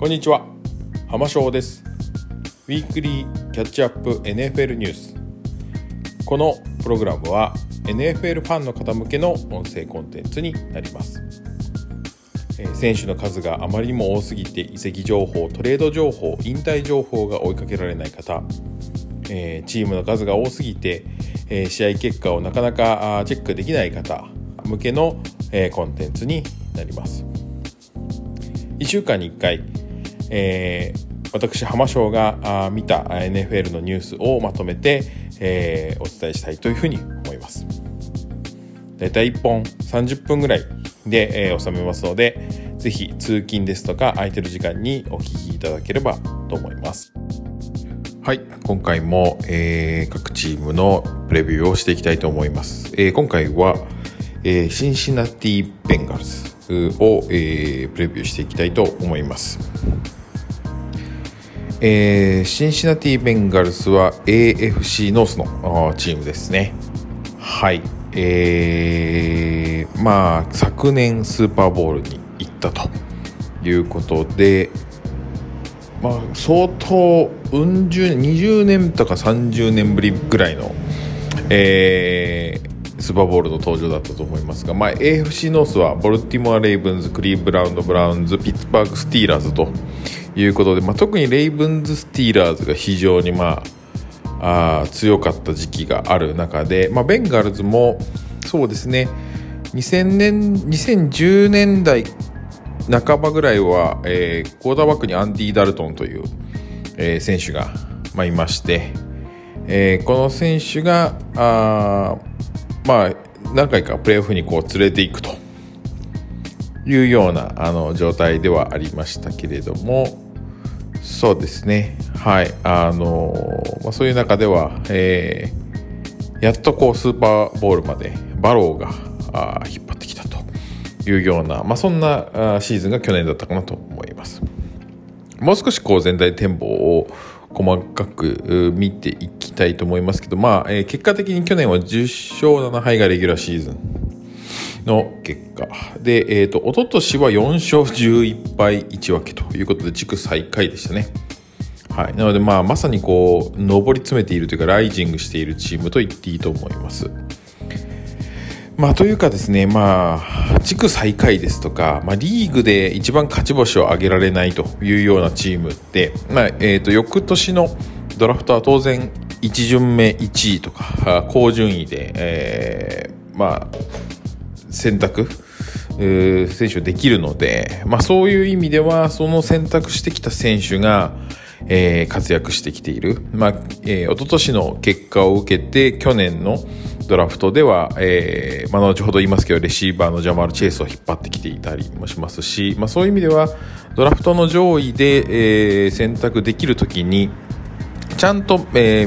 こんにちは、浜翔です。ウィークリーキャッチアップ NFL ニュース。このプログラムは NFL ファンの方向けの音声コンテンツになります。選手の数があまりにも多すぎて移籍情報、トレード情報、引退情報が追いかけられない方、チームの数が多すぎて、試合結果をなかなかチェックできない方向けの、コンテンツになります。1週間に1回、私浜翔が見た NFL のニュースをまとめて、お伝えしたいというふうに思います。だいたい1本30分ぐらいで、収めますので、ぜひ通勤ですとか空いてる時間にお聞きいただければと思います。はい、今回も、各チームのプレビューをしていきたいと思います。今回は、シンシナティベンガルズを、プレビューしていきたいと思います。シンシナティベンガルズは AFC ノースのチームですね。はい、昨年スーパーボウルに行ったということで、相当20年とか30年ぶりぐらいの、スーパーボウルの登場だったと思いますが、AFC ノースはボルティモア・レイブンズ、クリーブラウンド・ブラウンズ、ピッツバーグ・スティーラーズということで、特にレイブンズ・スティーラーズが非常に強かった時期がある中で、ベンガルズもそうですね、2010年代半ばぐらいは、クォーターバックにアンディ・ダルトンという、選手が、いまして、この選手が何回かプレーオフに連れていくというような状態ではありましたけれども、そうですね、はい、そういう中では、やっとスーパーボウルまでバローが引っ張ってきたというような、そんなシーズンが去年だったかなと思います。もう少し全体展望を細かく見ていきたいと思いますけど、結果的に去年は10勝7敗がレギュラーシーズンの結果で、一昨年は4勝11敗1分けということで地区最下位でしたね。はい、なのでまさに上り詰めているというかライジングしているチームと言っていいと思います。というかですね、地区最下位ですとか、リーグで一番勝ち星を挙げられないというようなチームって、翌年のドラフトは当然1巡目1位とか高順位で、選択選手できるので、そういう意味ではその選択してきた選手が、活躍してきている。一昨年の結果を受けて去年のドラフトでは、後ほど言いますけどレシーバーのジャマール・チェイスを引っ張ってきていたりもしますし、そういう意味ではドラフトの上位で、選択できるときにちゃんと、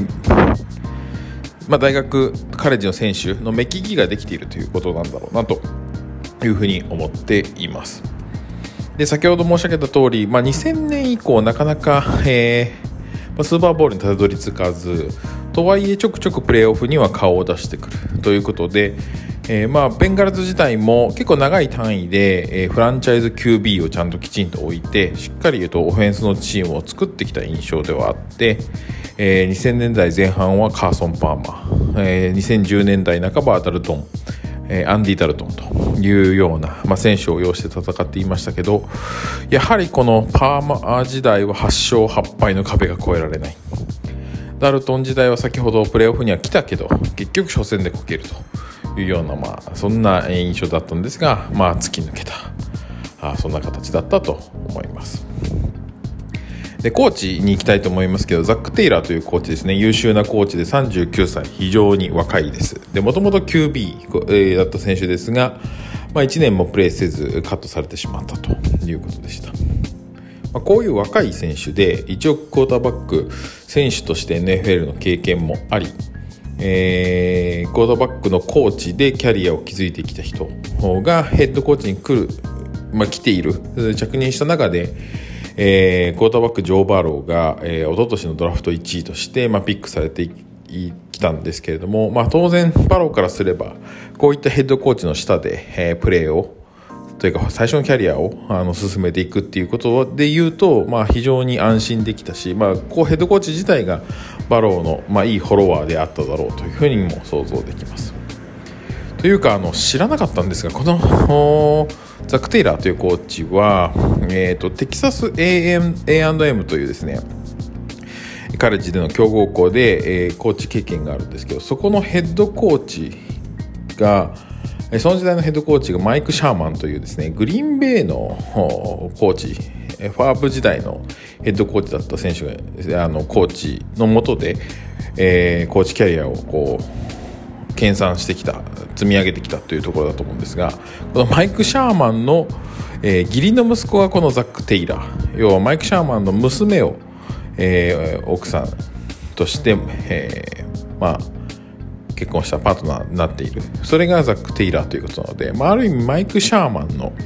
大学カレッジの選手の目利きができているということなんだろうなというふうに思っています。で、先ほど申し上げた通り、2000年以降なかなか、スーパーボウルにたどり着かず、とはいえちょくちょくプレーオフには顔を出してくるということで、ベンガルズ自体も結構長い単位で、フランチャイズ QB をちゃんときちんと置いてしっかりオフェンスのチームを作ってきた印象ではあって、2000年代前半はカーソン・パーマー、2010年代半ばはダルトン、アンディ・ダルトンというような、選手を擁して戦っていましたけど、やはりこのパーマ時代は8勝8敗の壁が越えられない。ダルトン時代は先ほどプレーオフには来たけど結局初戦でこけるというような、そんな印象だったんですが、突き抜けたそんな形だったと思います。で、コーチに行きたいと思いますけど、ザック・テイラーというコーチですね。優秀なコーチで39歳、非常に若いです。で、もともと QB だった選手ですが、1年もプレーせずカットされてしまったということでした。こういう若い選手で一応クォーターバック選手として NFL の経験もあり、クォーターバックのコーチでキャリアを築いてきた人がヘッドコーチに来ている、着任した中で、クォーターバックジョー・バローが、一昨年のドラフト1位として、ピックされてきたんですけれども、当然バローからすればこういったヘッドコーチの下で、プレーをというか最初のキャリアを進めていくっていうことで言うと、非常に安心できたし、こうヘッドコーチ自体がバローの、いいフォロワーであっただろうというふうにも想像できます。というか知らなかったんですが、このザック・テイラーというコーチは、テキサス A&M というですねカレッジでの強豪校で、コーチ経験があるんですけど、そこのヘッドコーチがその時代のヘッドコーチがマイク・シャーマンというですねグリーンベイのコーチ、ファーブ時代のヘッドコーチだった選手がコーチの下で、コーチキャリアをこう研鑽してきた、積み上げてきたというところだと思うんですが、このマイク・シャーマンの、義理の息子がこのザック・テイラー、要はマイク・シャーマンの娘を、奥さんとして、結婚したパートナーになっている、それがザック・テイラーということなので、ある意味マイク・シャーマンの、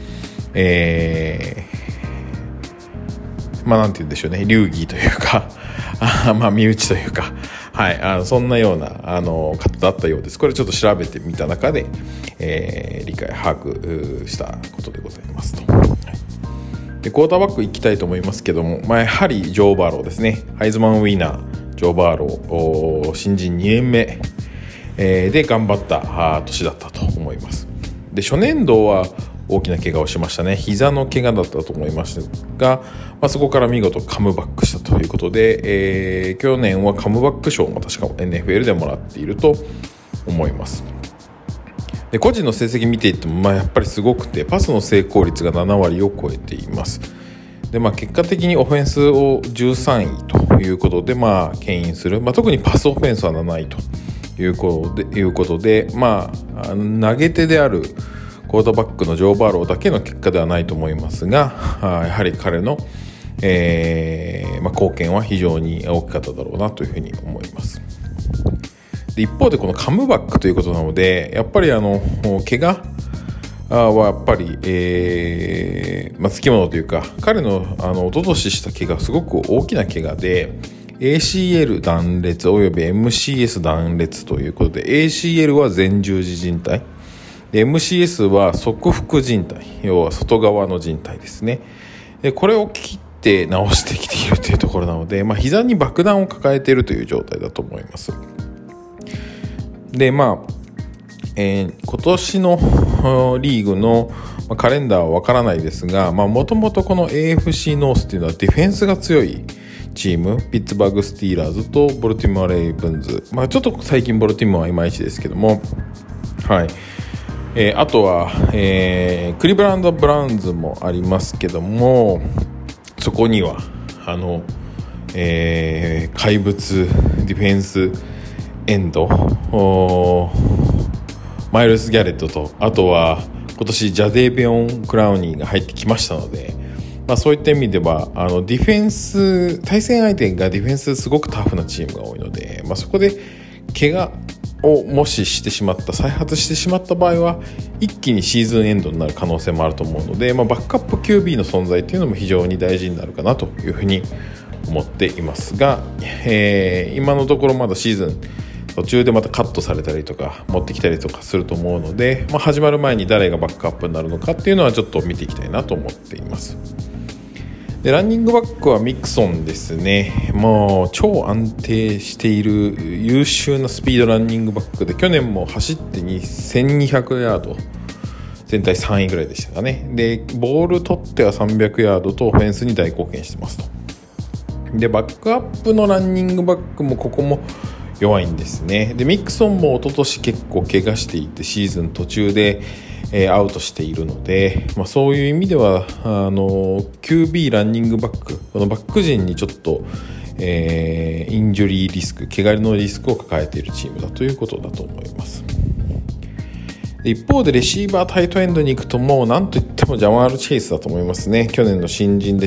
なんて言うんでしょうね、流儀というか身内というか、そんなような方だったようです。これちょっと調べてみた中で、理解把握したことでございますと。でクォーターバックいきたいと思いますけども、やはりジョー・バーローですね。ハイズマンウィナージョー・バーロー、新人2年目で頑張った年だったと思います。で初年度は大きな怪我をしましたね。膝の怪我だったと思いますが、そこから見事カムバックしたということで、去年はカムバック賞も確か NFL でもらっていると思います。で個人の成績見ていっても、やっぱりすごくて、パスの成功率が7割を超えています。で結果的にオフェンスを13位ということで、牽引する、特にパスオフェンスは7位ということで、投げ手であるクォーターバックのジョー・バーローだけの結果ではないと思いますが、やはり彼の、貢献は非常に大きかっただろうなというふうに思います。で一方でこのカムバックということなので、やっぱり怪我はやっぱり、つきものというか、彼の一昨年した怪我はすごく大きな怪我で、ACL 断裂および MCS 断裂ということで、 ACL は前十字靭帯で MCS は側副靭帯、要は外側の靭帯ですね。でこれを切って直してきているというところなので、膝に爆弾を抱えているという状態だと思います。で今年のリーグのカレンダーはわからないですが、もともとこの AFC ノースっていうのはディフェンスが強いチーム、ピッツバーグスティーラーズとボルティモアレイブンズ、ちょっと最近ボルティモアはいまいちですけども、あとは、クリブランドブラウンズもありますけども、そこには怪物ディフェンスエンドマイルス・ギャレットと、あとは今年ジャデーベオン・クラウニーが入ってきましたので、そういった意味ではディフェンス、対戦相手がディフェンスすごくタフなチームが多いので、そこで怪我をもししてしまった、再発してしまった場合は一気にシーズンエンドになる可能性もあると思うので、バックアップ QB の存在というのも非常に大事になるかなというふうに思っていますが、今のところまだシーズン途中でまたカットされたりとか持ってきたりとかすると思うので、始まる前に誰がバックアップになるのかっていうのはちょっと見ていきたいなと思っています。でランニングバックはミクソンですね。もう超安定している優秀なスピードランニングバックで、去年も走って1200ヤード、全体3位ぐらいでしたかね。でボール取っては300ヤードとオフェンスに大貢献してますと。でバックアップのランニングバックもここも弱いんですね。でミクソンも一昨年結構怪我していて、シーズン途中でアウトしているので、そういう意味ではQB ランニングバック、このバック陣にちょっと、インジュリーリスク、怪我のリスクを抱えているチームだということだと思います。一方でレシーバータイトエンドに行くと、もう何といってもジャマール・チェイスだと思いますね。去年の新人で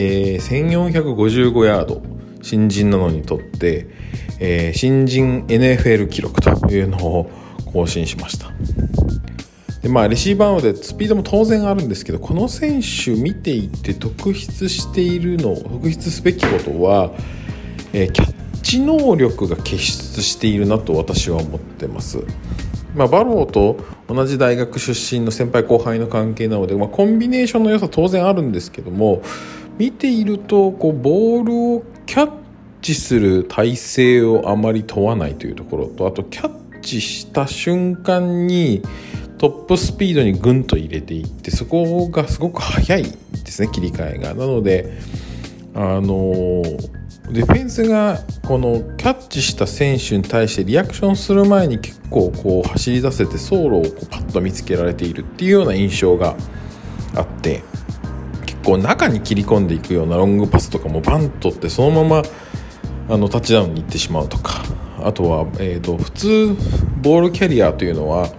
1455ヤード、新人なのにとって、新人 NFL 記録というのを更新しました。でレシーバーでスピードも当然あるんですけど、この選手見ていて特筆すべきことは、キャッチ能力が傑出しているなと私は思ってます。バローと同じ大学出身の先輩後輩の関係なので、コンビネーションの良さ当然あるんですけども、見ているとこうボールをキャッチする体勢をあまり問わないというところと、あとキャッチした瞬間にトップスピードにグンと入れていって、そこがすごく速いですね、切り替えが。なのでディフェンスがこのキャッチした選手に対してリアクションする前に結構こう走り出せて走路をこうパッと見つけられているっていうような印象があって、結構中に切り込んでいくようなロングパスとかもバントってそのままタッチダウンに行ってしまうとか、あとは、普通ボールキャリアーというのは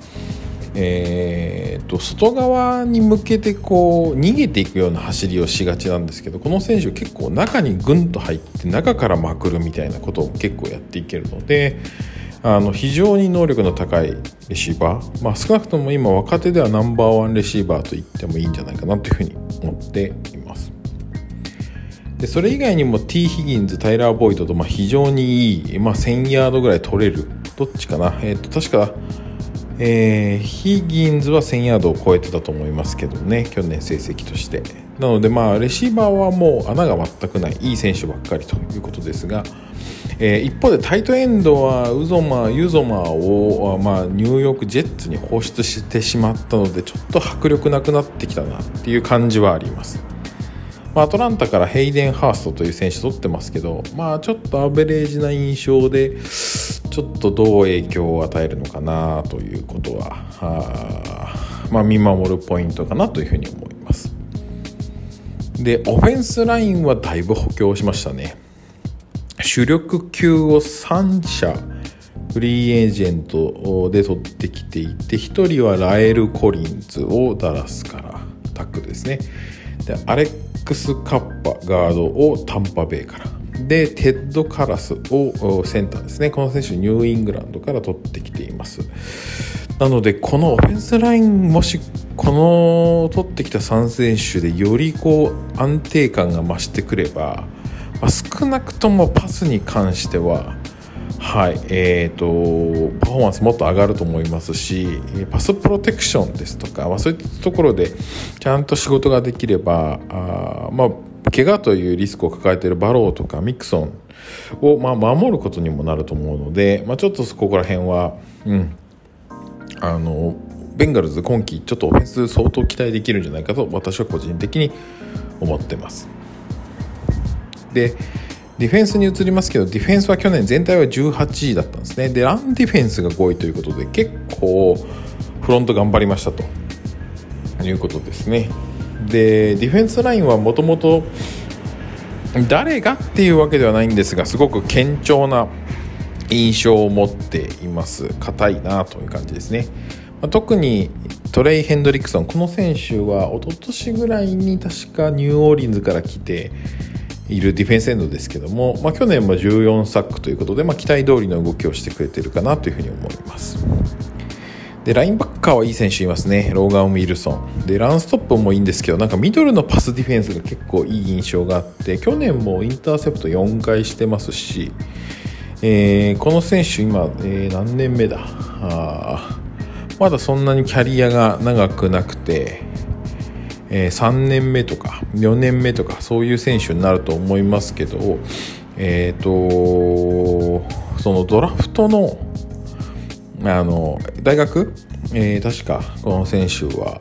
外側に向けてこう逃げていくような走りをしがちなんですけど、この選手結構中にグンと入って中からまくるみたいなことを結構やっていけるので、非常に能力の高いレシーバー、少なくとも今若手ではナンバーワンレシーバーと言ってもいいんじゃないかなというふうに思っています。でそれ以外にも T ヒギンズ、タイラー・ボイドと非常にいい、1000ヤードぐらい取れる、どっちかな、確かヒギンズは1000ヤードを超えてたと思いますけどね、去年成績として。なのでレシーバーはもう穴が全くないいい選手ばっかりということですが、一方でタイトエンドはユゾマを、ニューヨークジェッツに放出してしまったので、ちょっと迫力なくなってきたなっていう感じはあります。アトランタからヘイデン・ハーストという選手取ってますけど、ちょっとアベレージな印象でちょっとどう影響を与えるのかなということは見守るポイントかなというふうに思います。でオフェンスラインはだいぶ補強しましたね。主力級を3社フリーエージェントで取ってきていて、1人はラエル・コリンズをダラスからタックルですね。でアレックス・カッパガードをタンパベイからで、テッド・カラスをセンターですね。この選手ニューイングランドから取ってきています。なのでこのオフェンスライン、もしこの取ってきた3選手でより安定感が増してくれば、少なくともパスに関してはパフォーマンスもっと上がると思いますし、パスプロテクションですとか、そういったところでちゃんと仕事ができれば、怪我というリスクを抱えているバローとかミクソンを守ることにもなると思うので、ちょっとここら辺は、ベンガルズ今季ちょっとオフェンス相当期待できるんじゃないかと私は個人的に思ってます。でディフェンスに移りますけど、ディフェンスは去年全体は18位だったんですね。でランディフェンスが5位ということで、結構フロント頑張りましたということですね。でディフェンスラインはもともと誰がっていうわけではないんですが、すごく堅調な印象を持っています。硬いなという感じですね。特にトレイ・ヘンドリクソン、この選手は一昨年ぐらいに確かニューオーリンズから来ているディフェンスエンドですけども、去年も14サックということで、期待通りの動きをしてくれているかなというふうに思います。でラインバッカーはいい選手いますね。ローガン・ウィルソンでランストップもいいんですけど、ミドルのパスディフェンスが結構いい印象があって、去年もインターセプト4回してますし、この選手今、何年目だ、まだそんなにキャリアが長くなくて、3年目とか4年目とかそういう選手になると思いますけど、そのドラフトの大学、確かこの選手は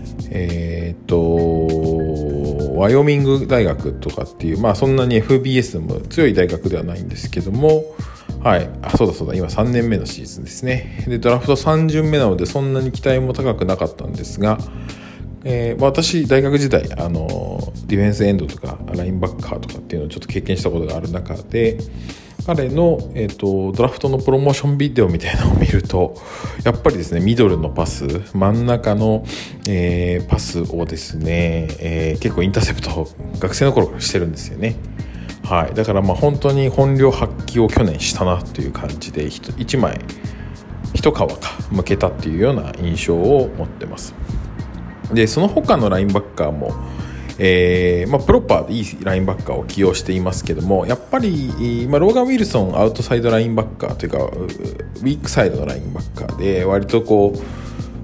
ワイオミング大学とかっていう、そんなに FBS でも強い大学ではないんですけども、そうだ今3年目のシーズンですね。でドラフト3巡目なのでそんなに期待も高くなかったんですが、私大学時代ディフェンスエンドとかラインバッカーとかっていうのをちょっと経験したことがある中で、彼の、ドラフトのプロモーションビデオみたいなのを見ると、やっぱりですね、ミドルのパス、真ん中の、パスをですね、結構インターセプトを学生の頃からしてるんですよね。だから本当に本領発揮を去年したなという感じで、一皮むけたっていうような印象を持ってます。でその他のラインバッカーも、プロパーでいいラインバッカーを起用していますけども、やっぱり、ローガン・ウィルソンアウトサイドラインバッカーというかウィークサイドのラインバッカーで割と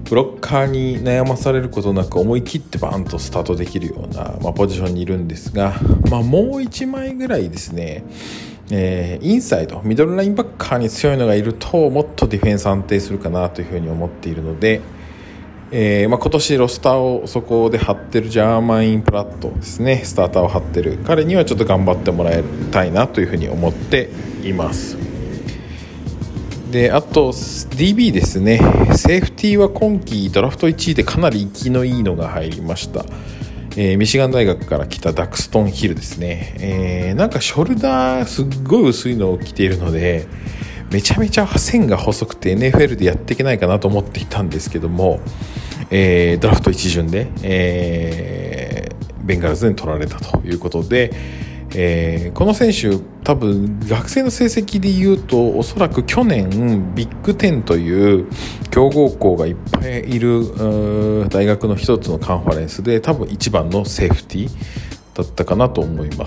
ブロッカーに悩まされることなく思い切ってバーンとスタートできるような、ポジションにいるんですが、もう1枚ぐらいですね、インサイドミドルラインバッカーに強いのがいるともっとディフェンス安定するかなというふうに思っているので、今年ロスターをそこで張ってるジャーマイン・プラットですね、スターターを張ってる彼にはちょっと頑張ってもらいたいなというふうに思っています。であと DB ですね、セーフティーは今季ドラフト1位でかなり息のいいのが入りました。ミシガン大学から来たダクストンヒルですね。なんかショルダーすっごい薄いのを着ているのでめちゃめちゃ線が細くて NFL でやっていけないかなと思っていたんですけども、ドラフト1巡で、ベンガルズに取られたということで、この選手多分学生の成績でいうとおそらく去年ビッグ10という強豪校がいっぱいいる大学の一つのカンファレンスで多分一番のセーフティーだったかなと思います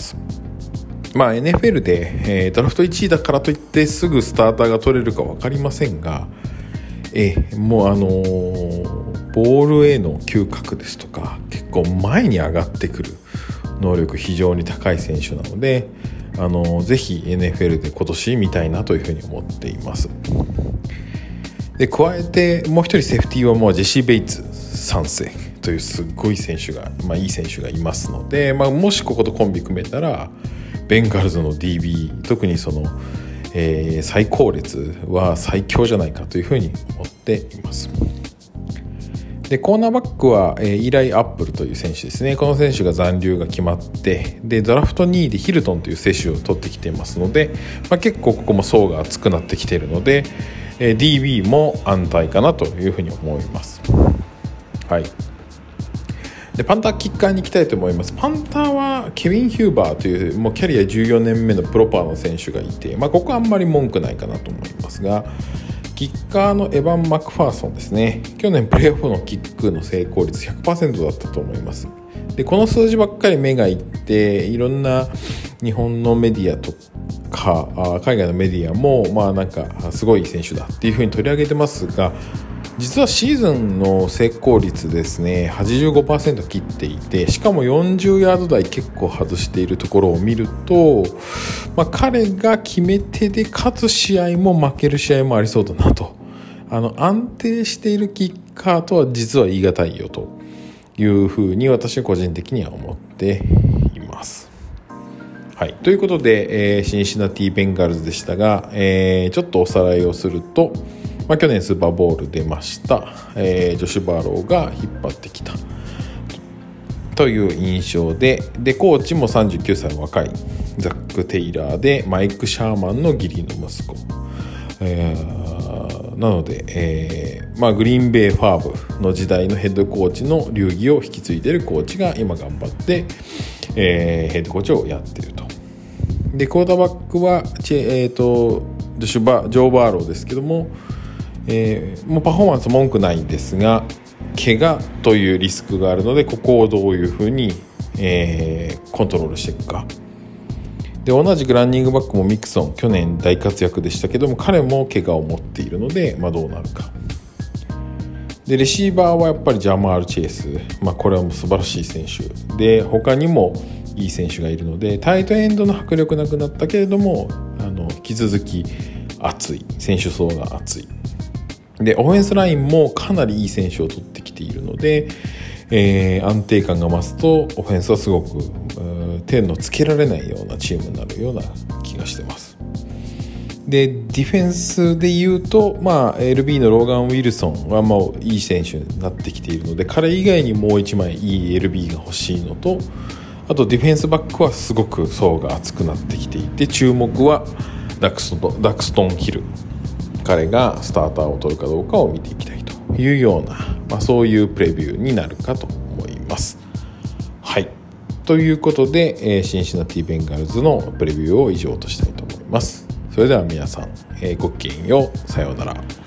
。NFL で、ドラフト1位だからといってすぐスターターが取れるか分かりませんが、もうボールへの嗅覚ですとか結構前に上がってくる能力非常に高い選手なので、ぜひ NFL で今年見たいなというふうに思っています。で加えてもう一人セーフティーはもうジェシー・ベイツ3世というすごい選手が、いい選手がいますので、もしこことコンビ組めたらベンガルズの DB 特にその、最高列は最強じゃないかというふうに思っています。でコーナーバックは、イーライ・アップルという選手ですね。この選手が残留が決まってでドラフト2位でヒルトンという選手を取ってきていますので、結構ここも層が厚くなってきているので、DB も安泰かなというふうに思います。はい。でパンターキッカーに行きたいと思います。パンターはケビン・ヒューバーというもうキャリア14年目のプロパーの選手がいて、ここはあんまり文句ないかなと思いますが、キッカーのエヴァン・マクファーソンですね。去年プレーオフのキックの成功率 100% だったと思います。でこの数字ばっかり目がいっていろんな日本のメディアとか海外のメディアもなんかすごい選手だっていう風に取り上げてますが、実はシーズンの成功率ですね 85% 切っていて、しかも40ヤード台結構外しているところを見ると、彼が決め手で勝つ試合も負ける試合もありそうだなと。安定しているキッカーとは実は言い難いよというふうに私個人的には思っています。はい、ということで、シンシナティベンガルズでしたが、ちょっとおさらいをすると、去年スーパーボウル出ました、ジョシュ・バローが引っ張ってきたという印象で、コーチも39歳若いザック・テイラーでマイク・シャーマンの義理の息子、なので、グリーンベイ・ファーブの時代のヘッドコーチの流儀を引き継いでいるコーチが今頑張って、ヘッドコーチをやっていると。でクォーターバックはジョー・バーローですけども、もうパフォーマンス文句ないんですが怪我というリスクがあるので、ここをどういうふうに、コントロールしていくか。で同じくランニングバックもミクソン去年大活躍でしたけども、彼も怪我を持っているので、どうなるか。でレシーバーはやっぱりジャマール・チェイス、これはもう素晴らしい選手で、他にもいい選手がいるので、タイトエンドの迫力なくなったけれども引き続き熱い選手層が熱い。でオフェンスラインもかなりいい選手を取ってきているので、安定感が増すとオフェンスはすごく点のつけられないようなチームになるような気がしてます。でディフェンスでいうと、LB のローガン・ウィルソンはもういい選手になってきているので、彼以外にもう1枚いい LB が欲しいのと、あとディフェンスバックはすごく層が厚くなってきていて、注目はダクストンヒル、彼がスターターを取るかどうかを見ていきたいというような、そういうプレビューになるかと思います。はい、ということで、シンシナティベンガルズのプレビューを以上としたいと思います。それでは皆さん、ごきげんよう。さようなら。